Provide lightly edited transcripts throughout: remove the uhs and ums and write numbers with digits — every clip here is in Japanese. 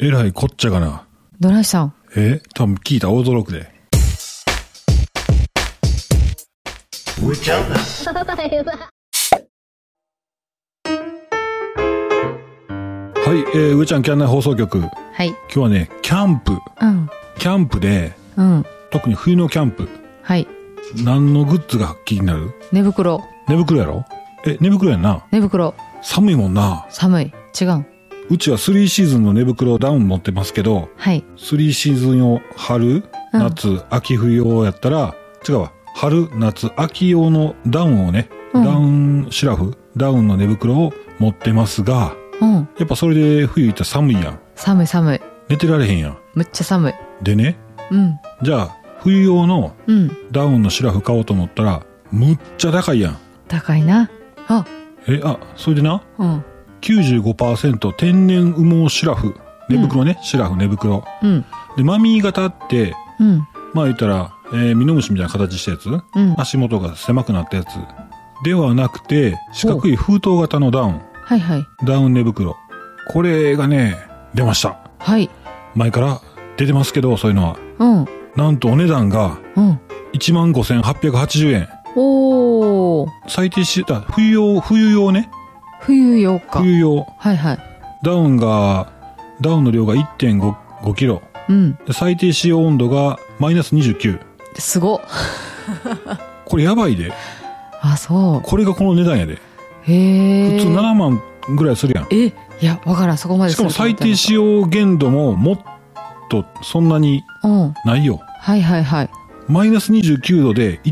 えらいこっちゃがな。 どないしたん？ 多分聞いたら驚くで。 うーちゃんな。 はい、上ちゃんキャンナイ放送局。 はい。 今日はね、キャンプ。キャンプで、特に冬のキャンプ。 はい。 何のグッズが気になる？ 寝袋。 寝袋やろ？寝袋やんな。 寝袋。 寒いもんな。 寒い。違う。 うちは3シーズンの寝袋ダウン持ってますけど、 はい。 3シーズン用、春、夏、秋冬用やったら、違うわ。春、夏、秋用のダウンをね、ダウンシラフ、ダウンの寝袋を持ってますが、やっぱそれで冬行ったら寒いやん。 寒い寒い。 寝てられへんやん。 むっちゃ寒い。 でね、じゃあ、冬用のダウンのシラフ買おうと思ったら、むっちゃ高いやん。 高いな。 それでな、95% 天然羽毛シラフ。寝袋ね、シラフ寝袋。で、マミー型って、まあ言ったら、ミノムシみたいな形したやつ、足元が狭くなったやつ。ではなくて、四角い封筒型のダウン。 はいはい。 ダウン寝袋。これがね、出ました。 はい。 前から出てますけど、そういうのは。なんとお値段が、15,880円。 おー。 最低した冬用ね。 冬用か。 冬用。 はいはい。 ダウンの量が 1.5 キロ。で最低使用温度がマイナス29。 すごっ。 これやばいで。 あ、そう。 これがこの値段やで。 へー。 普通7万ぐらいするやん。 いや、わからん。そこまで。 しかも最低使用限度ももっとそんなにないよ。 はいはいはい。 マイナス29度で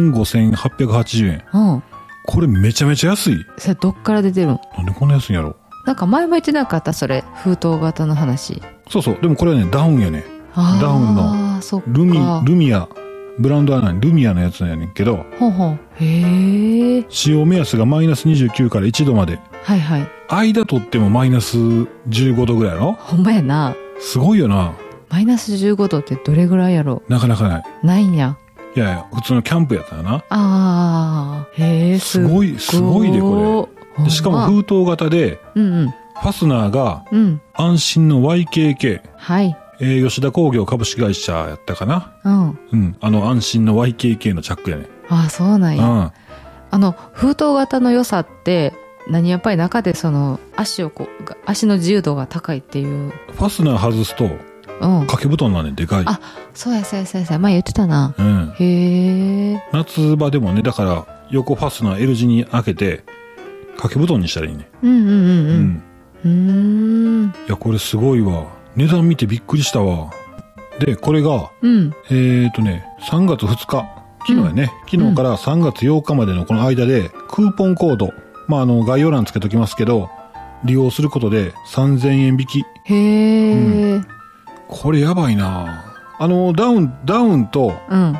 15,880 円。これめちゃめちゃ安い。 それどっから出てるの？ なんでこんな安いんやろ？ なんか前も言ってなかったそれ。封筒型の話。 そうそう。でもこれはね、ダウンやね。ダウンのルミア、ブランドはルミアのやつなんやねんけど。へえ。使用目安がマイナス29から1度まで。はいはい。間取ってもマイナス15度ぐらいやろ？ ほんまやな。 すごいよな。 マイナス15度ってどれぐらいやろ？ なかなかない。 ないんや。 いやいや、普通のキャンプやったらな。 へえ、 すごいで、これ。しかも封筒型で、ファスナーが、安心の YKK。はい。吉田工業株式会社やったかな。安心の YKK のチャックやね。 そうなんや。封筒型の良さって、やっぱり中で足の自由度が高いっていう。 ファスナー外すと、掛け布団なんねん、でかい。 そうや。前言ってたな。へえ。 夏場でもね、だから、横ファスナー L 字に開けて、掛け布団にしたらいいね。いや、これすごいわ。値段見てびっくりしたわ。で、これが、3月2日。昨日やね。昨日から3月8日までのこの間で、クーポンコード。概要欄つけときますけど、利用することで3000円引き。へー。これやばいな。ダウンと、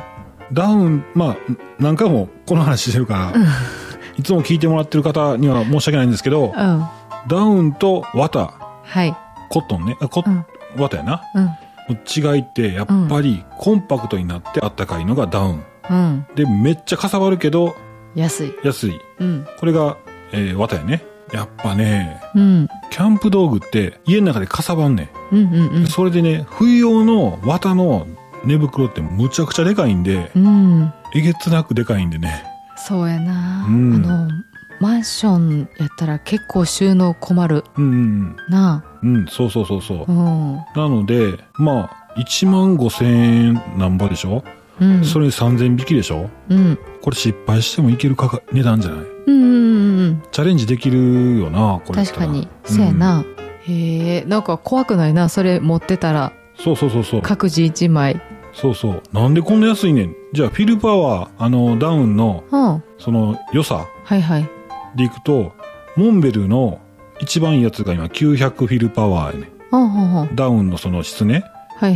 何回もこの話してるから、いつも聞いてもらってる方には申し訳ないんですけど、ダウンと綿。はい。コットンね。綿やな。違いって、やっぱりコンパクトになってあったかいのがダウン。で、めっちゃかさばるけど、安い。これが、綿やね。やっぱね、キャンプ道具って家の中でかさばんねん。それでね、冬用の綿の寝袋ってむちゃくちゃでかいんで、えげつなくでかいんでね。 そうやな。マンションやったら結構収納困る。なあ。 そう。なので、15,000円なんぼでしょ？それに3000引きでしょ？これ失敗してもいける値段じゃない？チャレンジできるよな、これ。 確かに。そうやな。へえ、なんか怖くないな、それ持ってたら。 そう。 各自1枚。 そう。なんでこんな安いねん。じゃあ、フィルパワー、ダウンの、良さ。でいくと、モンベルの一番いいやつが今900フィルパワーやね。ダウンのその質ね。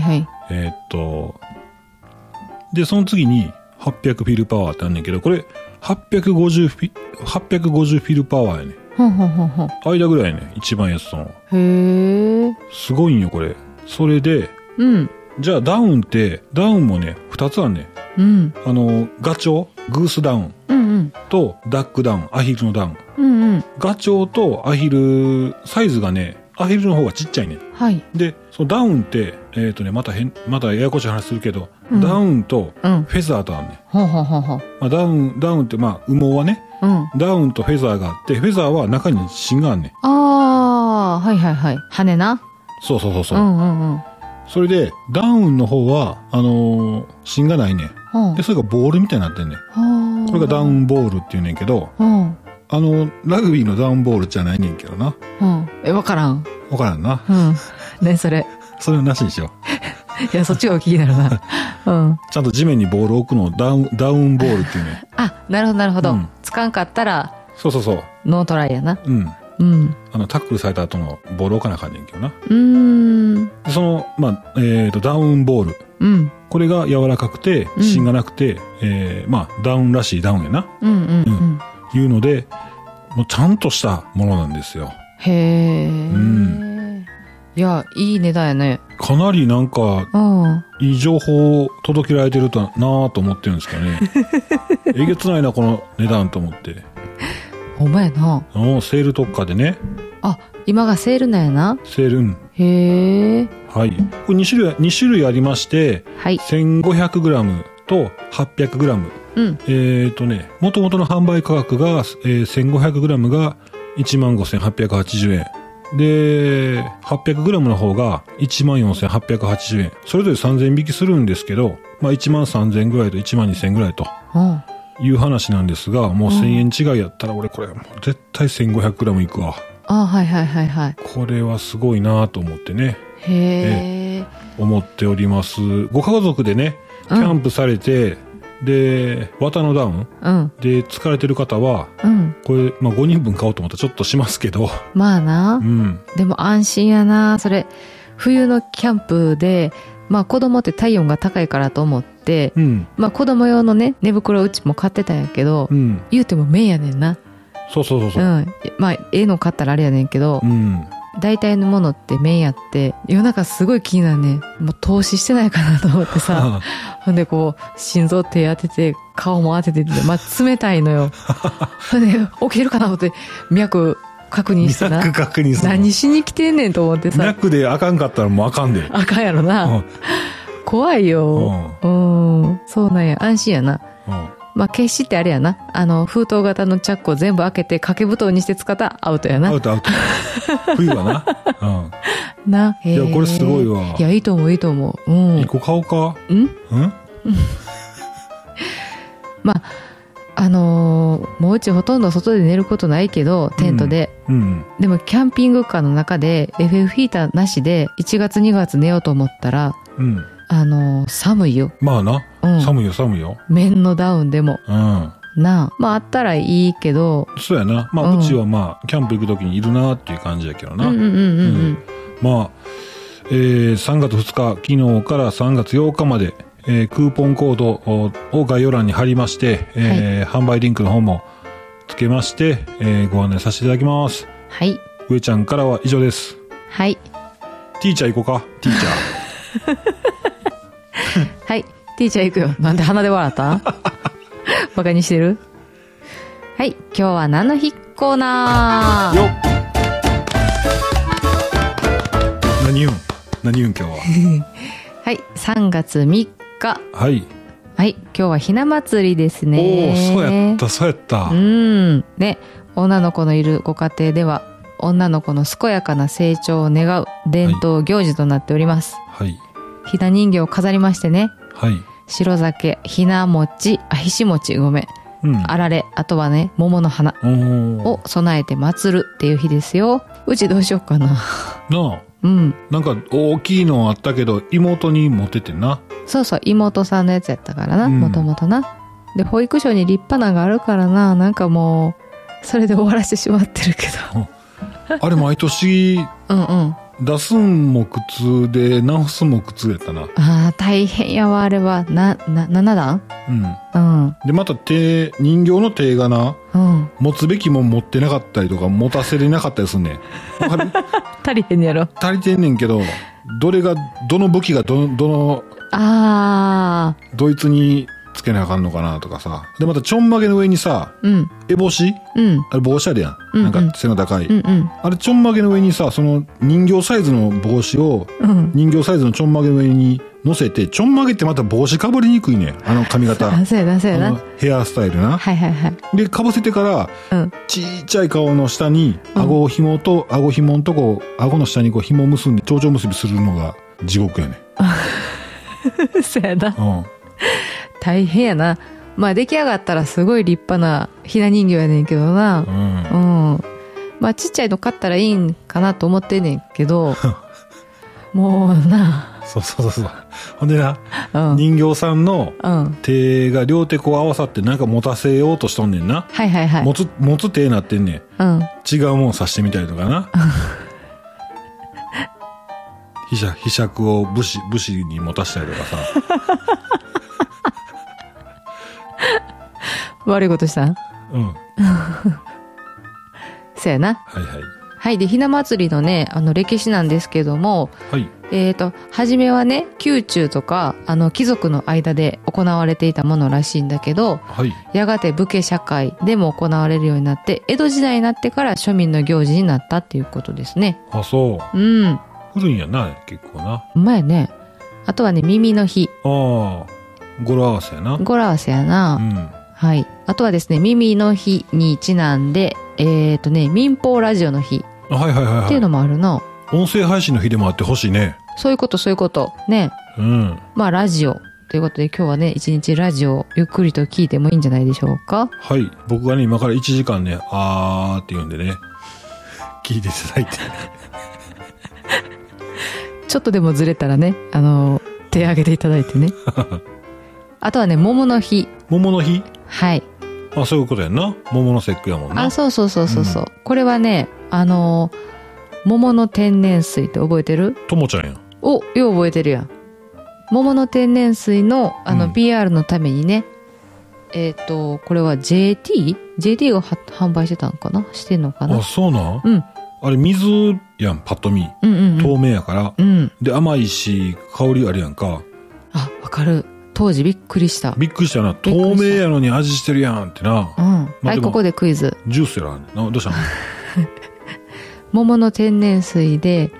で、その次に800フィルパワーってあんねんけど、これ、850フィルパワーやね。間ぐらいやね。一番安さの。へえ。すごいんよ、これ。それで、じゃあダウンもね、2つあんね。ガチョウ、グースダウンとダックダウン、アヒルのダウン。ガチョウとアヒル、サイズがね、アヒルの方がちっちゃいね。 はい。 で、そのダウンって、またややこしい話するけど、ダウンとフェザーとあるね。 ほうほうほうほう。 まあ、ダウンって、まあ、羽毛はね、ダウンとフェザーがあって、フェザーは中に芯があんねん。 ああ、はいはいはい。羽な。 そう。それで、ダウンの方は、芯がないねん。で、それがボールみたいになってんねん。これがダウンボールっていうねんけど、ラグビーのダウンボールじゃないねんけどな。 わからん。 わからんな。 ね、それ。 それなしにしよう。いや、そっちが気になるな。 ちゃんと地面にボールを置くのをダウンボールっていうね。 あ、なるほどなるほど。つかんかったら、 そう。 ノートライやな。 タックルされた後のボール置かなあかんねんけどな。その、まあ、ダウンボール。これが柔らかくて、芯がなくて、まあ、ダウンらしいダウンやな。いうので、もうちゃんとしたものなんですよ。 へー。いや、いい値段やね。 かなりなんか、いい情報を届けられてるなぁと思ってるんですけどね。えげつないな、この値段と思って。 ほんまやな。 セール特価でね。 あ、今がセールなんやな。 セール。 へー。 はい。これ2種類ありまして、はい。1500g と 800g。もともとの販売価格が、1500g が 15,880 円。で、800g の方が 14,880 円。それぞれ3000円引きするんですけど、まあ13,000円ぐらいと12,000円ぐらいと。いう話なんですが、もう1000円違いやったら俺これもう絶対 1500g いくわ。 はい。 これはすごいなと思ってね。 へー。 思っております。ご家族でね、キャンプされて、で、綿のダウン、で疲れてる方は、これ、まあ5人分買おうと思ったらちょっとしますけど。 まあな。でも安心やな。それ、冬のキャンプで、まあ子供って体温が高いからと思って、まあ子供用のね、寝袋うちも買ってたんやけど、言うても綿やねんな。 そう。 まあ、の買ったらあれやねんけど、大体のものって綿やって、夜中すごい気になるね。もう投資してないかなと思ってさ、ほんでこう、心臓手当てて、顔も当ててて、まあ冷たいのよ。ほんで、起きてるかなと思って、脈確認してな。 脈確認する。 何しに来てんねんと思ってさ。 脈であかんかったらもうあかんで。 あかんやろな。怖いよ。そうなんや。安心やな。まあ、決してあれやな。封筒型のチャックを全部開けて掛け布団にして使ったらアウトやな。 アウト。冬はな。 な。 いや、これすごいわ。 いや、いいと思う。 一個買おうか。 まあ、もううちほとんど外で寝ることないけど、テントで。でも、キャンピングカーの中で FF ヒーターなしで1月2月寝ようと思ったら、寒いよ。 まあな。寒いよ。 綿のダウンでも。なあ。まああったらいいけど。 そうやな。まあうちはまあ、キャンプ行くときにいるなっていう感じやけどな。まあ、3月2日、昨日から3月8日まで、クーポンコードを概要欄に貼りまして、販売リンクの方もつけまして、ご案内させていただきます。 はい。 上ちゃんからは以上です。 はい。 ティーチャー行こうか。ティーチャー。 はい。ティーチャー行くよ。なんで鼻で笑ったバカにしてる？はい。今日は何の日コーナーよっ。 何言うん今日は。 はい。3月3日。 はい。 はい。今日はひな祭りですね。 そうやった。 ね。女の子のいるご家庭では、女の子の健やかな成長を願う伝統行事となっております。 はい。 ひな人形を飾りましてね。 はい。 白酒、ひな餅、ひし餅、あられ、あとはね、桃の花を備えて祭るっていう日ですよ。うちどうしようかな。 なあ。なんか大きいのあったけど、妹に持っててな。 そう、妹さんのやつやったからな、もともとな。で、保育所に立派なのがあるからな、なんかもう、それで終わらせてしまってるけど。 あれ毎年、出すんも苦痛で直すも苦痛やったな。 ああ、大変やわ、あれは。7段？ で、また人形の手がな、持つべきもん持ってなかったりとか、持たせれなかったりすんねん。 足りへんねやろ。 足りてんねんけど、どの武器がどいつにつけなあかんのかなとかさ。で、またちょんまげの上にさ、烏帽子、あれ帽子あるやん。なんか背の高い。あれちょんまげの上にさ、その人形サイズの帽子を、人形サイズのちょんまげの上に乗せて、ちょんまげってまた帽子かぶりにくいねん。あの髪型。 そうやな、そうやな。 ヘアスタイルな。 はいはいはい。 で、かぶせてから、ちっちゃい顔の下に、顎紐と、顎紐のとこ、顎の下にこう紐結んで、蝶々結びするのが地獄やねん。 そうやな。大変やな。まあ出来上がったらすごい立派なひな人形やねんけどな。まあちっちゃいの買ったらいいんかなと思ってんねんけど、もうな。 そうそうそう。ほんでな、人形さんの手が両手こう合わさってなんか持たせようとしとんねんな。 はいはいはい。 持つ手になってんねん。違うもん刺してみたりとかな。ひしゃくを武士に持たしたりとかさ。 悪いことしたん？そうやな。 はいはい。 はい。で、ひな祭りのね、歴史なんですけども、 はい。 初めはね、宮中とか、貴族の間で行われていたものらしいんだけど、 はい。 やがて武家社会でも行われるようになって、江戸時代になってから庶民の行事になったっていうことですね。 あ、そう。古いんやな、結構な。 うまいね。あとはね、耳の日。 ああ、語呂合わせやな。 語呂合わせやな。はい。あとはですね、耳の日にちなんで、民放ラジオの日。 はいはいはい。 っていうのもあるな。 音声配信の日でもあってほしいね。 そういうこと、そういうこと。ね。まあ、ラジオ。ということで、今日はね、一日ラジオをゆっくりと聞いてもいいんじゃないでしょうか。 はい。僕がね、今から1時間ね、あーって言うんでね、聞いていただいて。 ちょっとでもずれたらね、手挙げていただいてね。あとはね、桃の日。 桃の日？ はい。 あ、そういうことやんな。桃の節句やもんな。 あ、そうそうそうそうそう。これはね、桃の天然水って覚えてる？ ともちゃんやん。 お、よう覚えてるやん。桃の天然水の、PR のためにね、これは JT が販売してたんかな？してんのかな？ あ、そうなん？あれ、水やん、パッと見。透明やから。で、甘いし、香りあるやんか。 あ、わかる。当時びっくりした。 びっくりしたな。透明やのに味してるやんってな。 はい、ここでクイズ。 ジュースやら。どうしたの？ 桃の天然水で、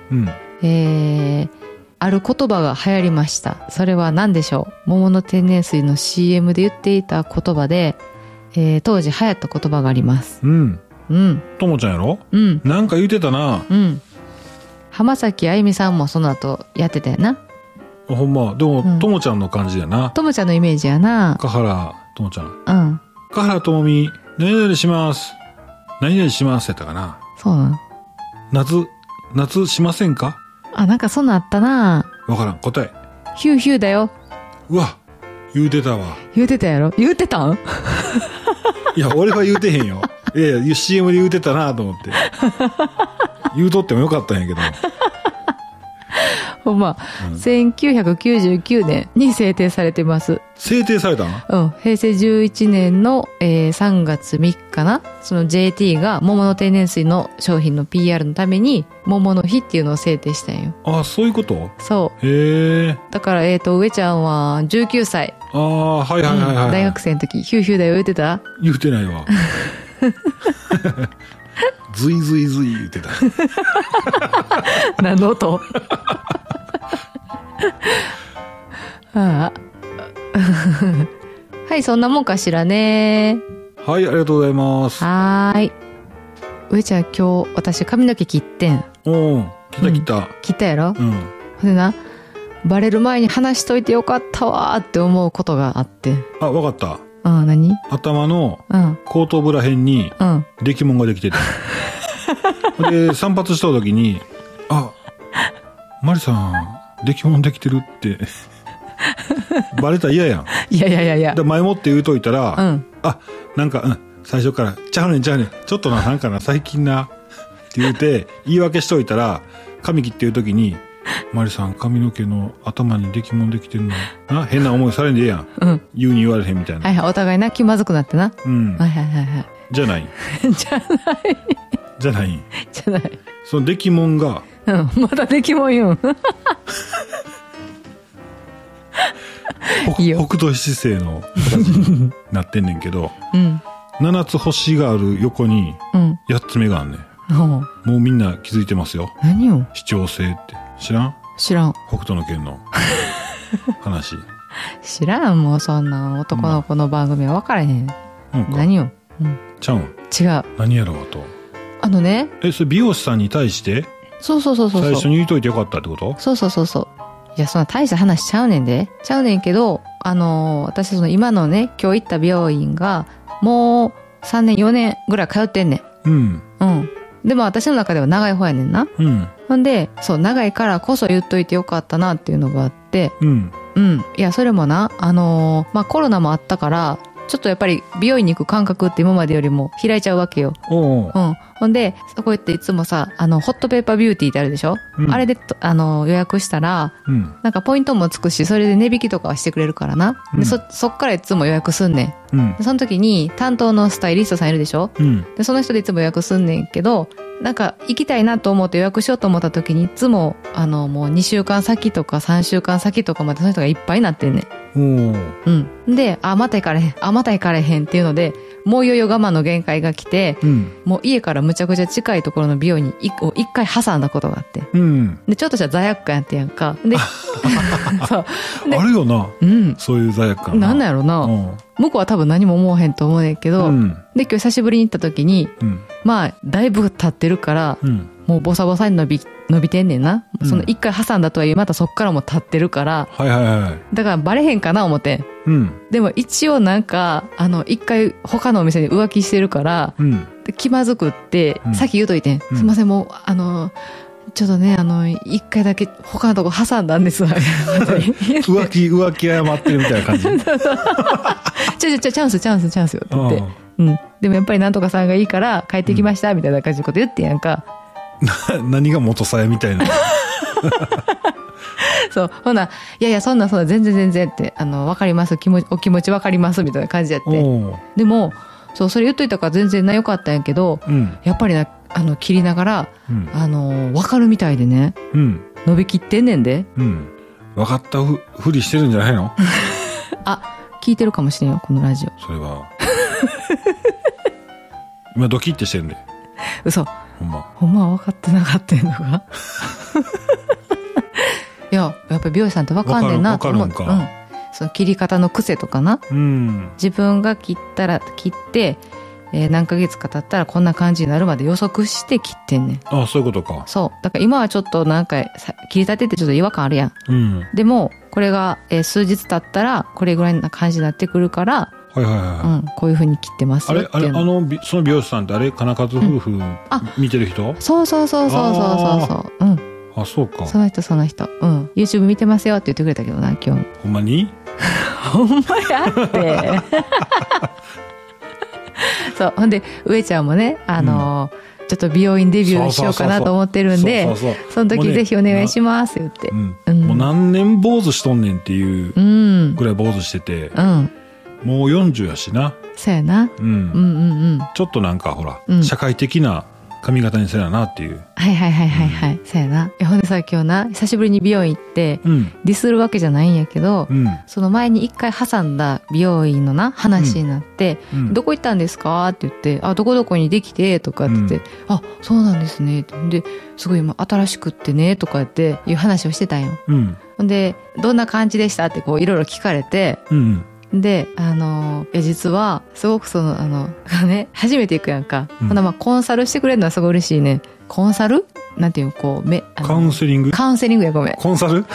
ある言葉が流行りました。それは何でしょう？桃の天然水の CM で言っていた言葉で、当時流行った言葉があります。 ともちゃんやろ？なんか言うてたな。 浜崎あゆみさんもその後やってたよな。 ほんま。でも、ともちゃんの感じやな。 ともちゃんのイメージやな。 香原ともちゃん。香原ともみ、何々します。何々しますやったかな。 そうなの？ 夏しませんか？ あ、なんかそんなんあったな。 わからん。答え。 ヒューヒューだよ。 うわ、言うてたわ。 言うてたやろ？言うてたん？ いや、俺は言うてへんよ。いやいや、CM で言うてたなと思って。言うとってもよかったんやけど。 ほんま、1999年に制定されてます。 制定されたの？ 平成11年の、3月3日な。その JT が桃の天然水の商品の PR のために、桃の日っていうのを制定したんよ。 あ、そういうこと？ そう。 へえ。 だから、上ちゃんは19歳。 ああ、はいはいはいはい。 大学生の時、ヒューヒューだよ言ってた？ 言ってないわ。ズイズイズイ言ってた。 何の音？ああ。はい、そんなもんかしらね。 はい、ありがとうございます。 はーい。上ちゃん今日、私髪の毛切ってん。 切った。 切ったやろ？ほんでな、バレる前に話しといてよかったわーって思うことがあって。 あ、わかった。 何？ 頭の後頭部らへんに出来物ができてた。で、散髪した時に、あ、マリさん、出来物できてるって、バレたら嫌やん。 いや。 前もって言うといたら、あ、なんか、最初から、ちゃうねん。ちょっとなんかな、最近な、って言うて、言い訳しといたら、髪切ってる時に、マリさん、髪の毛の頭に出来物できてるの。変な思いされんでええやん。言うに言われへんみたいな。 はいはい、お互いな、気まずくなってな。はい。 じゃない。じゃない。その出来物が。 まだ出来物言うん。 いいよ。 北斗七星の形になってんねんけど、うん、7つ星がある横に8つ目があんねん。もうみんな気づいてますよ。 何よ。 視聴星って知らん？ 知らん。 北斗の拳の話。 知らん、もうそんな男の子の番組は分からへん。何よ。 うん、ちゃうん。 違う。 何やろうと。それ美容師さんに対して？ そう。最初に言うといてよかったってこと？ そう。いや、そんな大した話ちゃうねんで。ちゃうねんけど、私その今のね、今日行った美容院が、もう3年4年ぐらい通ってんねん。うん。でも私の中では長い方やねんな。うん。ほんで、そう、長いからこそ言っといてよかったなっていうのがあって、うん。いや、それもな、コロナもあったから、ちょっとやっぱり美容院に行く感覚って今までよりも開いちゃうわけよ。ほんで、そこ行っていつもさ、ホットペーパービューティーってあるでしょ、あれで予約したら、なんかポイントもつくし、それで値引きとかはしてくれるからな。で、そっからいつも予約すんねん。でその時に担当のスタイリストさんいるでしょ、で、その人でいつも予約すんねんけど、なんか行きたいなと思って予約しようと思った時にいつももう2週間先とか3週間先とかまでその人がいっぱいになってんねん。で、また行かれへんっていうので、もういよいよ我慢の限界が来て、もう家からむちゃくちゃ近いところの美容院に一回挟んだことがあって、でちょっとした罪悪感やってやんか。でそうあるよな、そういう罪悪感なんなんやろな、向こうは多分何も思わへんと思うねんけど、で今日久しぶりに行った時に、まあだいぶ経ってるから、もうボサボサに伸びてんねんな、その一回挟んだとはいえまたそっからも経ってるから、だからバレへんかな思ってん、でも一応なんか一回他のお店に浮気してるから、気まずくって、さっき言うといてん、すいません、もうちょっとね、一回だけ他のとこ挟んだんですわ。 浮気謝ってるみたいな感じ。 チャンスよって言って。でもやっぱりなんとかさんがいいから帰ってきました、みたいな感じのこと言ってやんか。 何が元さやみたいな。 そう。ほな、いや、そんな、全然って、わかります、お気持ちわかります、みたいな感じやって。でも、そう、それ言っといたから全然良かったんやけど、やっぱりな、切りながら、わかるみたいでね、伸びきってんねんで。 わかったふりしてるんじゃないの？ 聞いてるかもしれんよ、このラジオ。 それは。今ドキッてしてるんで。 嘘。ほんまは分かってなかったのが。いや、やっぱり美容師さんって分かんねんなと思って。その切り方の癖とかな。自分が切って、何ヶ月か経ったらこんな感じになるまで予測して切ってんねん。 そういうことか。 そう。だから今はちょっとなんか切り立てってちょっと違和感あるやん。でもこれが、数日経ったらこれぐらいな感じになってくるから、こういう風に切ってますよっていう。 その美容師さんって金数夫婦見てる人？ そう。そう。 そうか。 その人。YouTube 見てますよって言ってくれたけどな、今日。 ほんまに？ ほんまやって。そう。ほんで、上ちゃんもね、ちょっと美容院デビューしようかなと思ってるんで、その時ぜひお願いします言って。 もう何年坊主しとんねんっていうぐらい坊主してて、もう40やしな。 そうやな。 ちょっとなんかほら、社会的な髪型にせななっていう。 はい。そうやな。ほんでさ、今日な、久しぶりに美容院行って、ディスるわけじゃないんやけど、その前に一回挟んだ美容院のな、話になって、どこ行ったんですかって言って、どこどこにできて、とかって言って、そうなんですね。で、すごい今新しくってね、とかっていう話をしてたんよ。ほんで、どんな感じでしたってこういろいろ聞かれて、で、実は、すごく初めて行くやんか。ほな、コンサルしてくれるのはすごい嬉しいね。コンサルなんていう、カウンセリングや、ごめん。 コンサル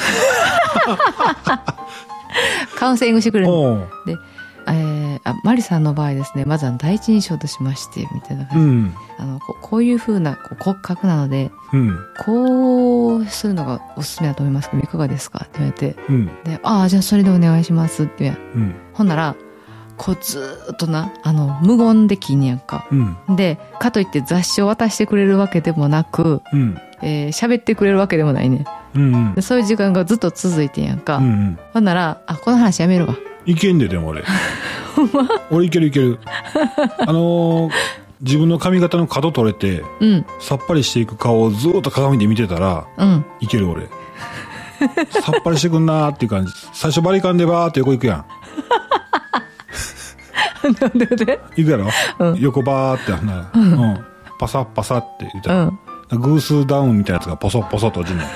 カウンセリングしてくれるの。で、マリさんの場合ですね、まず第一印象としまして、みたいな感じ。こういう風な骨格なので、こうするのがおすすめだと思いますけど、いかがですかって言われて、で、じゃあそれでお願いしますって言うやん。ほんなら、こうずーっとな、無言で切んやんか。で、かといって雑誌を渡してくれるわけでもなく、喋ってくれるわけでもないね。でそういう時間がずっと続いてんやんか。ほんなら、この話やめるわ。 いけんで、でも俺。俺いける。自分の髪型の角取れて、さっぱりしていく顔をずーっと鏡で見てたら、いける俺。 さっぱりしてくんなーっていう感じ。最初バリカンでバーって横行くやん。 で行くやろ、うん、横バーってうん、パサッパサって言ったら、うん、グースダウンみたいなやつがポソポソと落ちるの。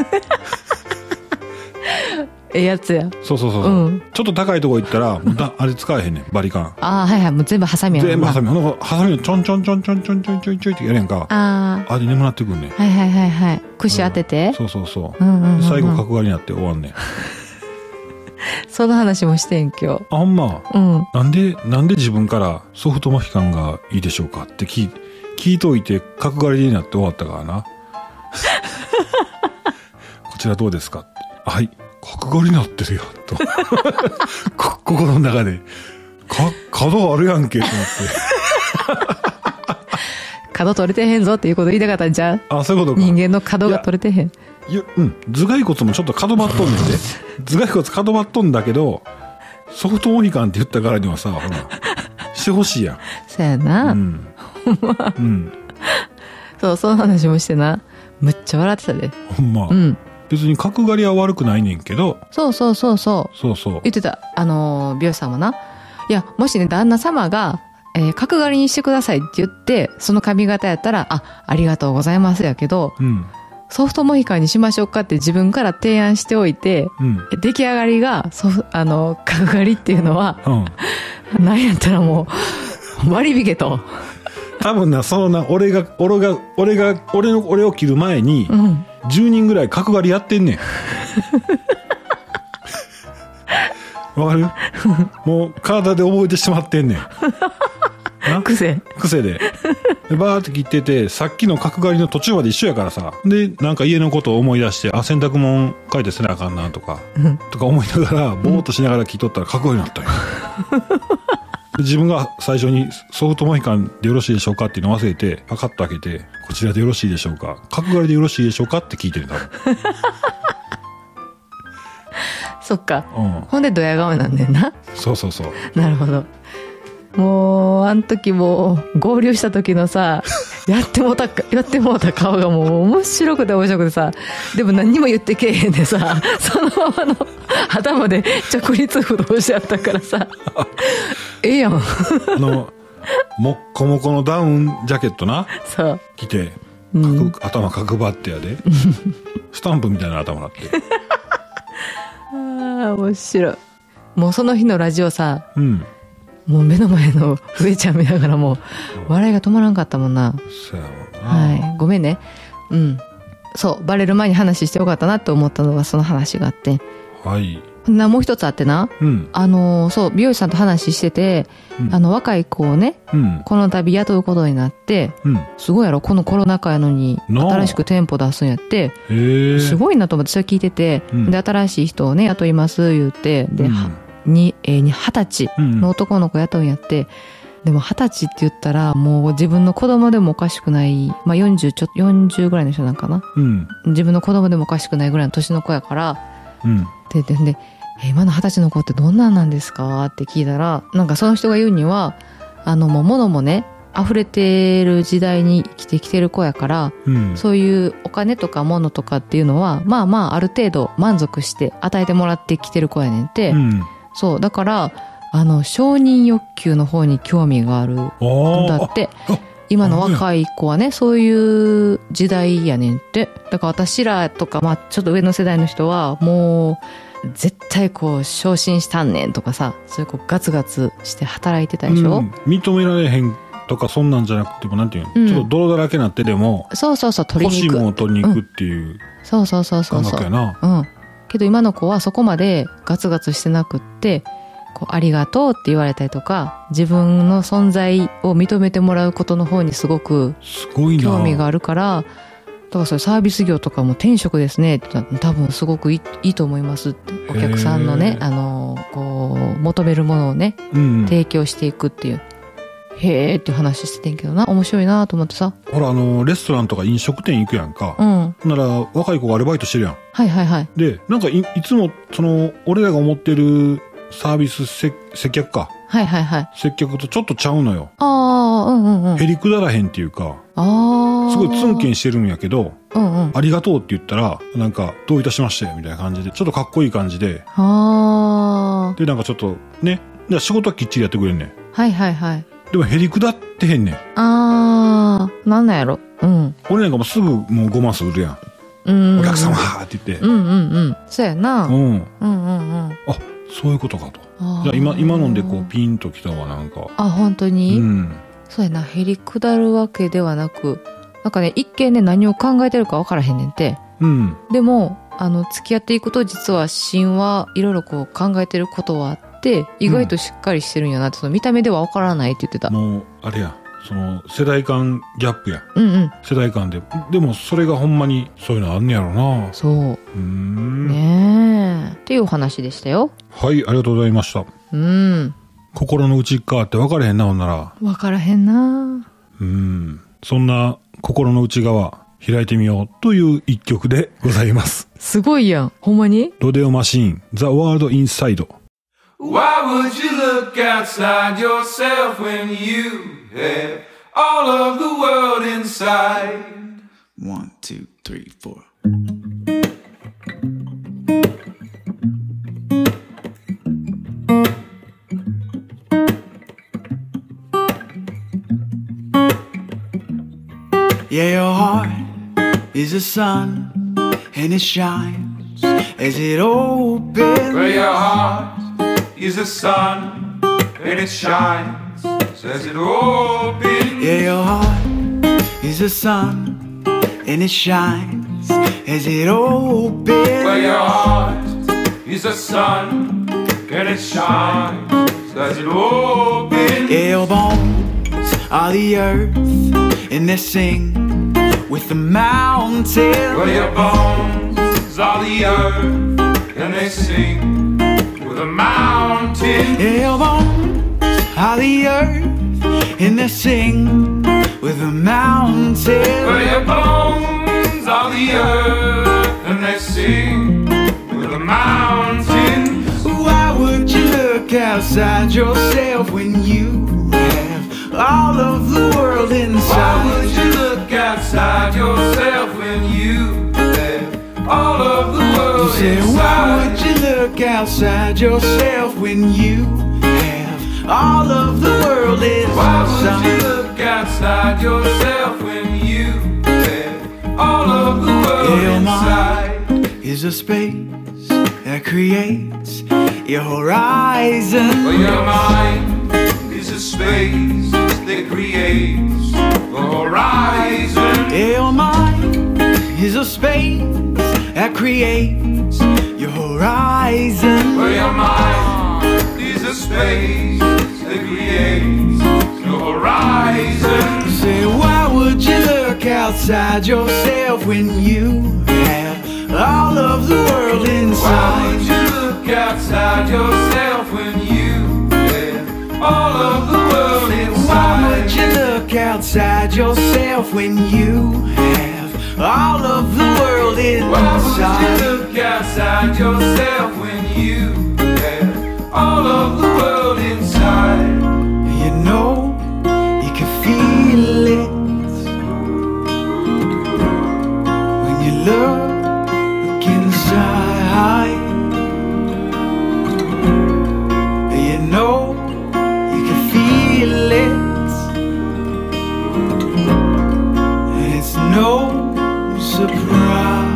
やつや。 そう、うん、ちょっと高いとこ行ったらあれ使えへんねん、バリカン。 ああ、はいはい、もう全部ハサミやん。 全部ハサミ。ハサミをちょんちょんちょんちょんちょんちょんちょんちょんってやるやんか。あれ眠なってくんねん。 はいはいはいはい。串当てて、 そう、最後角刈りになって終わんねん。 その話もしてん今日。 あ、ほんま。 うん。 なんで自分からソフトモヒカンがいいでしょうかって聞いといて角刈りになって終わったからな。こちらどうですかって。はい。角刈りになってるよ、と。心の中で。角あるやんけ、と思って。 角取れてへんぞっていうこと言いたかったんちゃう？ あ、そういうことか。 人間の角が取れてへん。 いや、うん。頭蓋骨もちょっと角張っとんねんで。頭蓋骨角張っとんだけど、ソフトモヒカンって言ったからにはさ、ほら、してほしいやん。 そうやな。うん。うん。そう、その話もしてな。むっちゃ笑ってたで。 ほんま。うん。別に角刈りは悪くないねんけど。 そう。そうそう。言ってた。美容師さんもな。いや、もしね、旦那様が、角刈りにしてくださいって言って、その髪型やったら、ありがとうございますやけど、うん、ソフトモヒカンにしましょうかって自分から提案しておいて、うん、出来上がりが、角刈りっていうのは、うん、なんやったらもう、割り引けと。 多分な、俺を切る前に、うん、10人ぐらい角刈りやってんねん。わかる？もう体で覚えてしまってんねん。癖で。バーって切ってて、さっきの角刈りの途中まで一緒やからさ。で、なんか家のことを思い出して、洗濯物書いてせなあかんなとか、とか思いながら、ぼーっとしながら切っとったら角刈りになったんよ。自分が最初にソフトモヒカンでよろしいでしょうかっていうのを忘れて、パカッと開けて、こちらでよろしいでしょうか、角刈りでよろしいでしょうかって聞いてる多分。 そっか、うん、ほんでドヤ顔なんねんな。 そう。 なるほど。もうあの時も合流した時のさ、やってもうた顔がもう面白くてさ、でも何にも言ってけえへんでさ、そのままの頭で直立不動しちゃったからさ、ええやん。もっこもこのダウンジャケットな、 そう着て、頭角張ってやで、スタンプみたいな頭なって。 面白い。もうその日のラジオさ、もう目の前の上ちゃん見ながらもう笑いが止まらんかったもんな。 そうやもんな。 はい、ごめんね。うん。そう、バレる前に話してよかったなって思ったのがその話があって。 はい。 もう一つあってな、そう、美容師さんと話してて、若い子をね、この度雇うことになって、すごいやろ、このコロナ禍やのに、新しく店舗出すんやって、すごいなと思ってそれ聞いてて、で、新しい人をね、雇います、言って、で、20歳の男の子雇うんやって、でも20歳って言ったら、もう自分の子供でもおかしくない、まあ40ぐらいの人なんかな。自分の子供でもおかしくないぐらいの年の子やから、で、今の20歳の子ってどんなんなんですかって聞いたら、なんかその人が言うには、もう物もね、溢れてる時代に生きてきてる子やから、そういうお金とか物とかっていうのは、まあまあある程度満足して与えてもらってきてる子やねんって。そう、だから、承認欲求の方に興味があるんだって。今の若い子はね、そういう時代やねんって。だから私らとか、まあちょっと上の世代の人は、もう、絶対こう昇進したんねんとかさ、そういうこうガツガツして働いてたでしょ、 認められへんとかそんなんじゃなくても、なんていうの、ちょっと泥だらけなってでも、 そう取りに行く、欲しいものを取りに行くっていう、 そう感覚やな。けど今の子はそこまでガツガツしてなくって、こうありがとうって言われたりとか、自分の存在を認めてもらうことの方にすごく興味があるから、だからそれサービス業とかも転職ですねって多分すごくいいと思いますって、お客さんのね、こう求めるものをね、提供していくっていう、へーっていう話してんけどな、面白いなと思ってさ。 ほらレストランとか飲食店行くやんか。なら若い子がアルバイトしてるやん。 はい。でなんか いつも俺らが思ってるサービス接客か。接客とちょっとちゃうのよ。へりくだらへんっていうか。 すごいツンケンしてるんやけど、ありがとうって言ったら、なんか、どういたしましてみたいな感じで、ちょっとかっこいい感じで、で、なんかちょっと、ね、仕事はきっちりやってくれんねん。 はいはいはい。 でも、へりくだってへんねん。 なんなんやろ。 俺なんかもうすぐもうごまするやん。お客様って言って。 そうやな。 あ、そういうことかと。じゃあ今のんでこうピンときたわ、なんか。 本当に？そうやな、へりくだるわけではなく、なんかね、一見ね、何を考えてるか分からへんねんて。でも、付き合っていくと実は神話、いろいろこう考えてることはあって、意外としっかりしてるんやなって、その見た目では分からないって言ってた。 もう、あれや。その世代間ギャップや。世代間で。でもそれがほんまにそういうのあんねやろな。 そう。ねえ。っていうお話でしたよ。 はい、ありがとうございました。心の内側って分からへんな、ほんなら。 分からへんな。 そんな心の内側、開いてみようという一曲でございます。 すごいやん。ほんまに？ ロデオマシーン、The World Inside。Why would you look outside yourself when you have all of the world inside? 1, 2, 3, 4. Yeah, your heart is a sun and it shines as it opens. Well, your heart is a sun and it shines as it opens. Yeah, your heart is a sun and it shines as it opens. Well, your heart is a sun and it shines as it opens. Yeah, your bones are the earth and they sing with the mountains. Well, your bones are the earth and they sing with the mountains. Yeah, your bones are the earth and they sing with the mountains. Well, your bones are the earth and they sing with the mountains. Why would you look outside yourself when you have all of the world inside? Why would you look outside yourself when you have all of the world inside? Why would you look outside yourself when you have all of the world inside? Why would you look outside yourself when you have all of the world inside? Your mind is a space that creates your horizon. Well, your mind is a space that creates the horizon. Your mind is a space that creates your horizon. Well, your mind is a space that creates your horizon. Say, why would you look outside yourself when you have all of the world inside? Why would you look outside yourself when you have all of the world inside? Why would you look outside yourself when you have all of the world inside? Why would you look outside yourself when you have all of the world inside? You know, you can feel it when you look inside. You know, you can feel it. It's no surprise.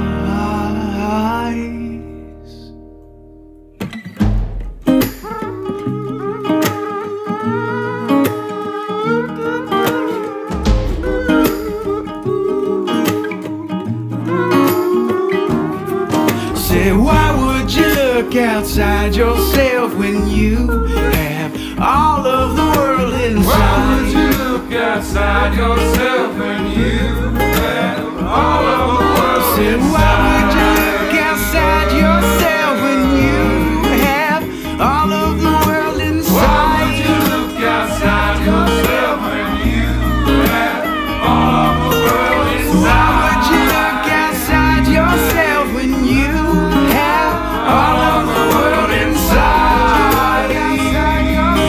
Say, why would you look outside yourself when you have all of the world inside? Why would you look outside yourself when you have all of the world inside? Say, why would you look outside yourself when you have all of the world inside? Why would you look outside yourself when you have all of the world inside? Why would you look outside yourself when you have all of the world inside?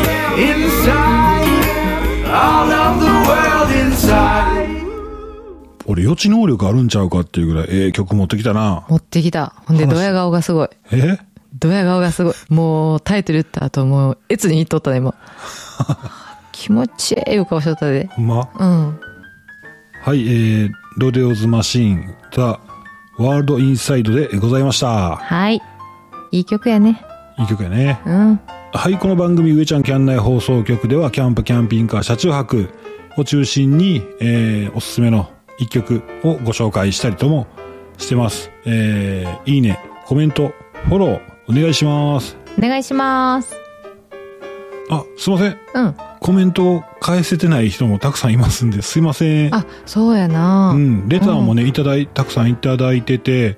Inside, all of the world inside. ち能力あるんちゃうかっていうぐらい、曲持ってきたな。 持ってきた。ほんで、ドヤ顔がすごい。ドヤ顔がすごい。もう、タイトル言った後、もう、越に言っとったね、今。気持ちいい顔しとったで。 ほんま？ うん。 はい、ロデオズマシーン、ザ・ワールド・インサイドでございました。 はい。いい曲やね。 いい曲やね。 うん。 はい、この番組、上ちゃんキャン内放送局では、キャンプ、キャンピングカー、車中泊を中心に、おすすめの一曲をご紹介したりともしてます。いいね、コメント、フォロー、お願いします。 お願いします。 あ、すいません。 うん。 コメントを返せてない人もたくさんいますんで、すいません。 あ、そうやな。 うん。レターもね、たくさんいただいてて、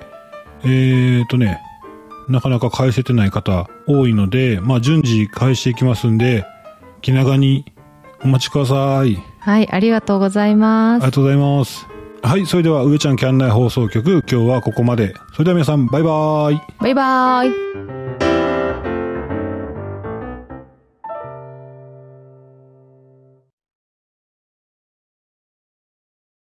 なかなか返せてない方多いので、まあ順次返していきますんで、気長にお待ちください。 はい、ありがとうございます。 ありがとうございます。はい、それでは上ちゃんキャン内放送局、今日はここまで。それでは皆さん、バイバーイ。 バイバーイ。